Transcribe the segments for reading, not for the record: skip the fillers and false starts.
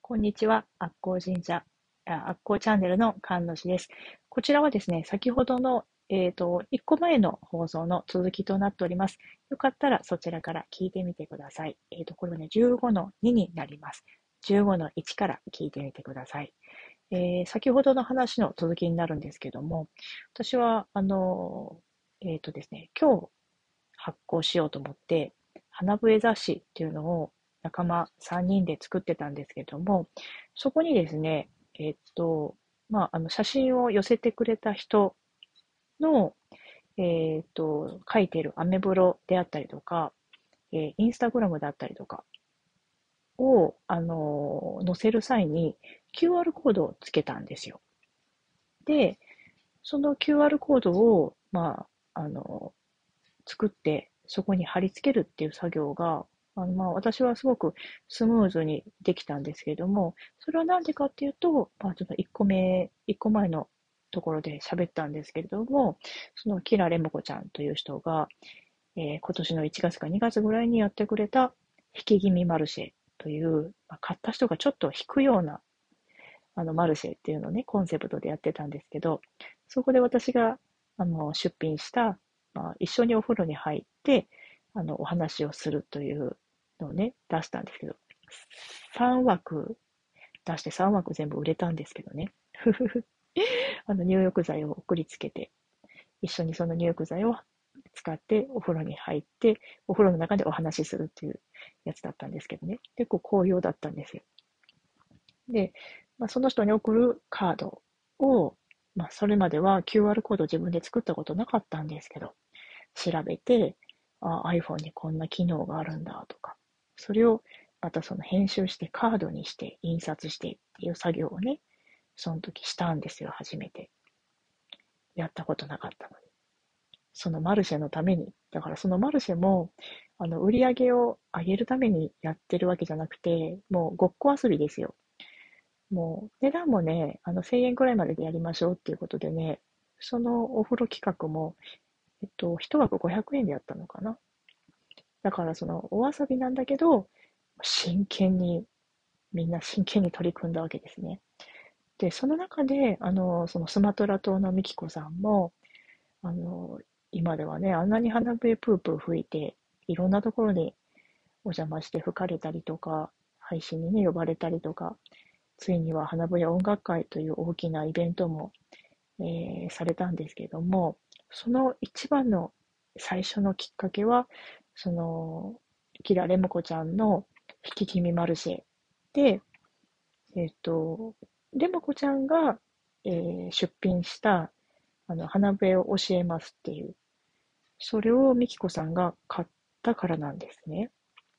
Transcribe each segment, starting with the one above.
こんにちは。アッコーチャンネルの神主です。こちらはですね、先ほどの、1個前の放送の続きとなっております。よかったらそちらから聞いてみてください。これはね、15の2になります。15の1から聞いてみてください。先ほどの話の続きになるんですけども、私は、ですね、今日発行しようと思って、花笛雑誌っていうのを仲間3人で作ってたんですけども、そこにですね、写真を寄せてくれた人の、書いているアメブロであったりとか、インスタグラムだったりとかを、載せる際に QR コードをつけたんですよ。で、その QR コードを、作って、そこに貼り付けるっていう作業が、私はすごくスムーズにできたんですけれども、それはなんでかっていうと、ちょっと1個前のところで喋ったんですけれども、そのキラレモコちゃんという人が、今年の1月か2月ぐらいにやってくれた、引き気味マルシェという、買った人がちょっと引くような、マルシェっていうのをね、コンセプトでやってたんですけど、そこで私が、出品した、一緒にお風呂に入って、お話をするというのをね、出したんですけど、3枠出して3枠全部売れたんですけどね。入浴剤を送りつけて、一緒にその入浴剤を使ってお風呂に入って、お風呂の中でお話しするっていうやつだったんですけどね。結構好評だったんですよ。で、その人に送るカードを、それまでは QR コード自分で作ったことなかったんですけど、調べて、iPhone にこんな機能があるんだとか、それをまたその編集してカードにして印刷してっていう作業をね、その時したんですよ、初めて。やったことなかったのに。そのマルシェのために。だからそのマルシェも、売り上げを上げるためにやってるわけじゃなくて、もうごっこ遊びですよ。もう値段もね、1000円くらいまででやりましょうっていうことでね、そのお風呂企画も、1枠500円でやったのかな。だからそのお遊びなんだけど、真剣に、みんな真剣に取り組んだわけですね。で、その中で、そのスマトラ島のミキコさんも、あの、今ではね、あんなに花笛プープー吹いて、いろんなところにお邪魔して吹かれたりとか、配信にね、呼ばれたりとか、ついには花笛音楽会という大きなイベントも、されたんですけれども、その一番の最初のきっかけは、その、キラレモコちゃんの引き気味マルシェで、えっと、レモコちゃんが、出品した花笛を教えますっていう、それをミキコさんが買ったからなんですね。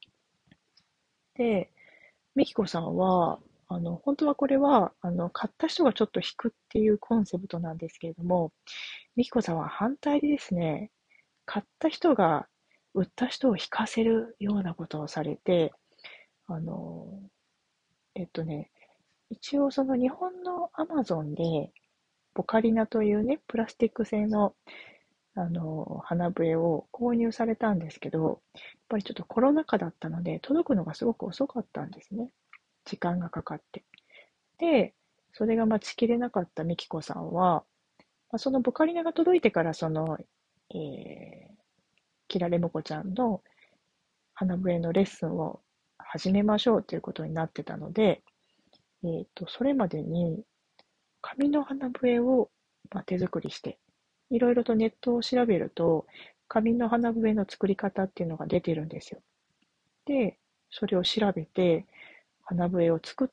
で、ミキコさんは、本当はこれは、買った人がちょっと引くっていうコンセプトなんですけれども、ミキコさんは反対でですね、買った人が売った人を引かせるようなことをされて、あの、えっとね、一応その日本のアマゾンで、ボカリナというね、プラスチック製の、花笛を購入されたんですけど、やっぱりちょっとコロナ禍だったので、届くのがすごく遅かったんですね。時間がかかって。で、それが待ちきれなかったミキコさんは、そのボカリナが届いてから、えー、キラレモコちゃんの花笛のレッスンを始めましょうということになってたので、それまでに紙の花笛を、手作りして、いろいろとネットを調べると、紙の花笛の作り方っていうのが出てるんですよ。で、それを調べて、花笛を作って、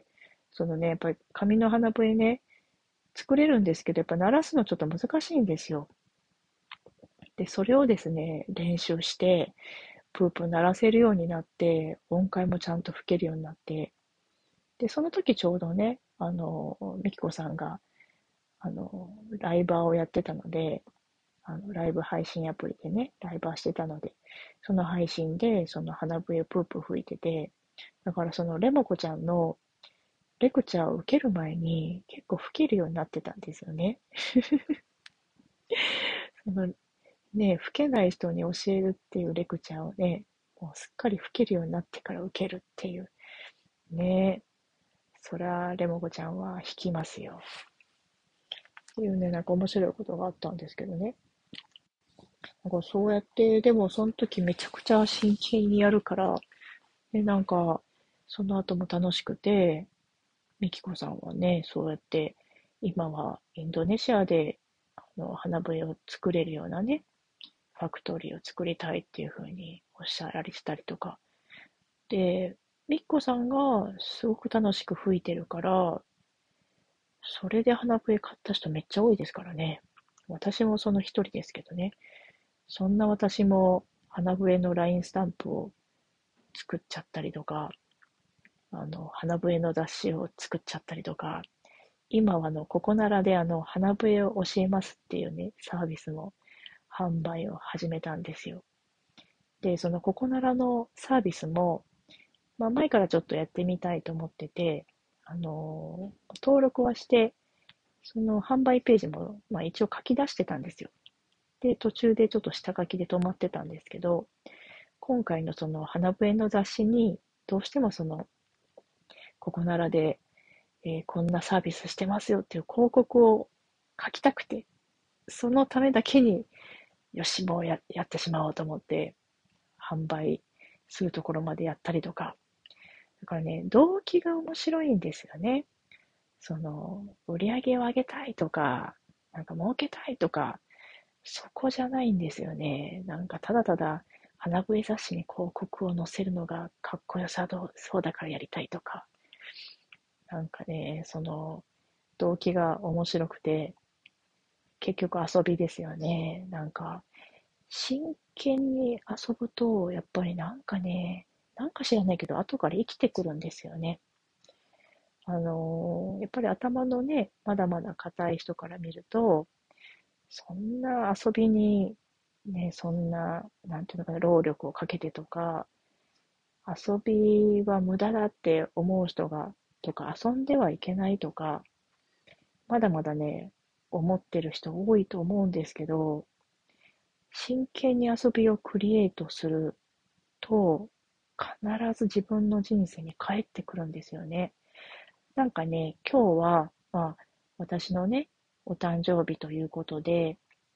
そのね、やっぱり紙の花笛ね、作れるんですけど、やっぱ鳴らすのちょっと難しいんですよ。で、それをですね、練習して、プープー鳴らせるようになって、音階もちゃんと吹けるようになって、で、その時ちょうどね、ミキコさんが、ライバーをやってたので、ライブ配信アプリでね、ライバーしてたので、その配信で、その花笛をプープー吹いてて、だからそのレモコちゃんのレクチャーを受ける前に結構吹けるようになってたんですよね。そのね、吹けない人に教えるっていうレクチャーをね、もうすっかり吹けるようになってから受けるっていう。ね。 そりゃ、レモコちゃんは弾きますよ。っていうね、なんか面白いことがあったんですけどね。なんかそうやって、でもその時めちゃくちゃ真剣にやるから、で、なんか、その後も楽しくて、ミキコさんはね、そうやって、今はインドネシアで、花笛を作れるようなね、ファクトリーを作りたいっていうふうにおっしゃられてたりとか。で、ミキコさんがすごく楽しく吹いてるから、それで花笛買った人めっちゃ多いですからね。私もその一人ですけどね。そんな私も花笛のラインスタンプを作っちゃったりとか、花笛の雑誌を作っちゃったりとか、今はここならで花笛を教えますっていうね、サービスも販売を始めたんですよ。で、そのここならのサービスも、まあ前からちょっとやってみたいと思ってて、登録はして、その販売ページも、まあ一応書き出してたんですよ。で、途中でちょっと下書きで止まってたんですけど、今回のその花笛の雑誌に、どうしてもここならで、こんなサービスしてますよっていう広告を書きたくて、そのためだけに、よし、もうやってしまおうと思って、販売するところまでやったりとか。だからね、動機が面白いんですよね。売り上げを上げたいとか、なんか儲けたいとか、そこじゃないんですよね。なんかただただ花笛雑誌に広告を載せるのがかっこよさそうだからやりたいとか、なんかね、動機が面白くて、結局遊びですよね。なんか、真剣に遊ぶと、やっぱりなんかね、なんか知らないけど、後から生きてくるんですよね。やっぱり頭のね、まだまだ硬い人から見ると、そんな遊びに、ね、そんな、なんていうのかな、労力をかけてとか、遊びは無駄だって思う人が、とか、遊んではいけないとか、まだまだね、思ってる人多いと思うんですけど、真剣に遊びをクリエイトすると、必ず自分の人生に返ってくるんですよね。なんかね、今日は、まあ、私のね、お誕生日ということで、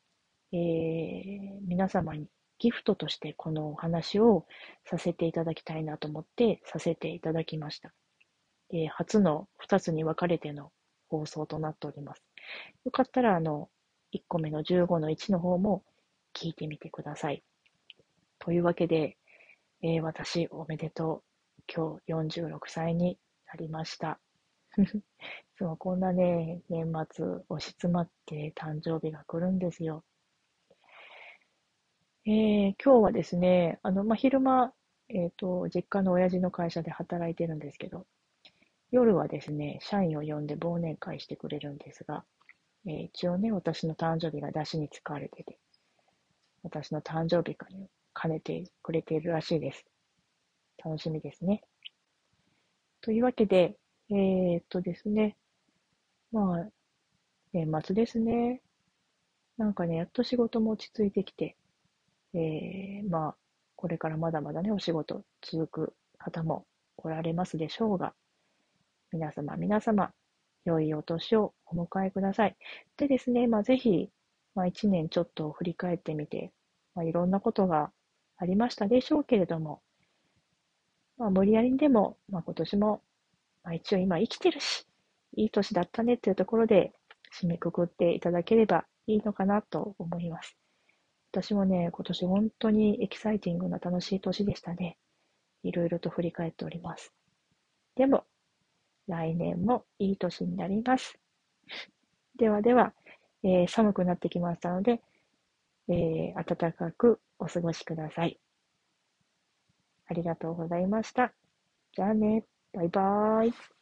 皆様にギフトとしてこのお話をさせていただきたいなと思ってさせていただきました。初の2つに分かれての放送となっております。よかったら1個目の15の1の方も聞いてみてください。というわけで、私おめでとう。今日46歳になりました。そう、こんなね、年末押し詰まって誕生日が来るんですよ。今日はですね、まあ、昼間、実家の親父の会社で働いてるんですけど、夜はですね、社員を呼んで忘年会してくれるんですが、一応ね、私の誕生日が出しに使われてて、私の誕生日に兼ねてくれているらしいです。楽しみですね。というわけで、ですね、まあ、年末ですね。なんかね、やっと仕事も落ち着いてきて、まあ、これからまだまだね、お仕事続く方もおられますでしょうが、皆様、良いお年をお迎えください。でですね、まあ、ぜひ、まあ、1年ちょっと振り返ってみて、まあ、いろんなことがありましたでしょうけれども、まあ、無理やりにでも、まあ、今年も、まあ、一応今生きてるし、いい年だったねっていうところで締めくくっていただければいいのかなと思います。私もね、今年本当にエキサイティングな楽しい年でしたね。いろいろと振り返っております。でも、来年もいい年になります。ではでは、寒くなってきましたので、暖かくお過ごしください。ありがとうございました。じゃあね、バイバーイ。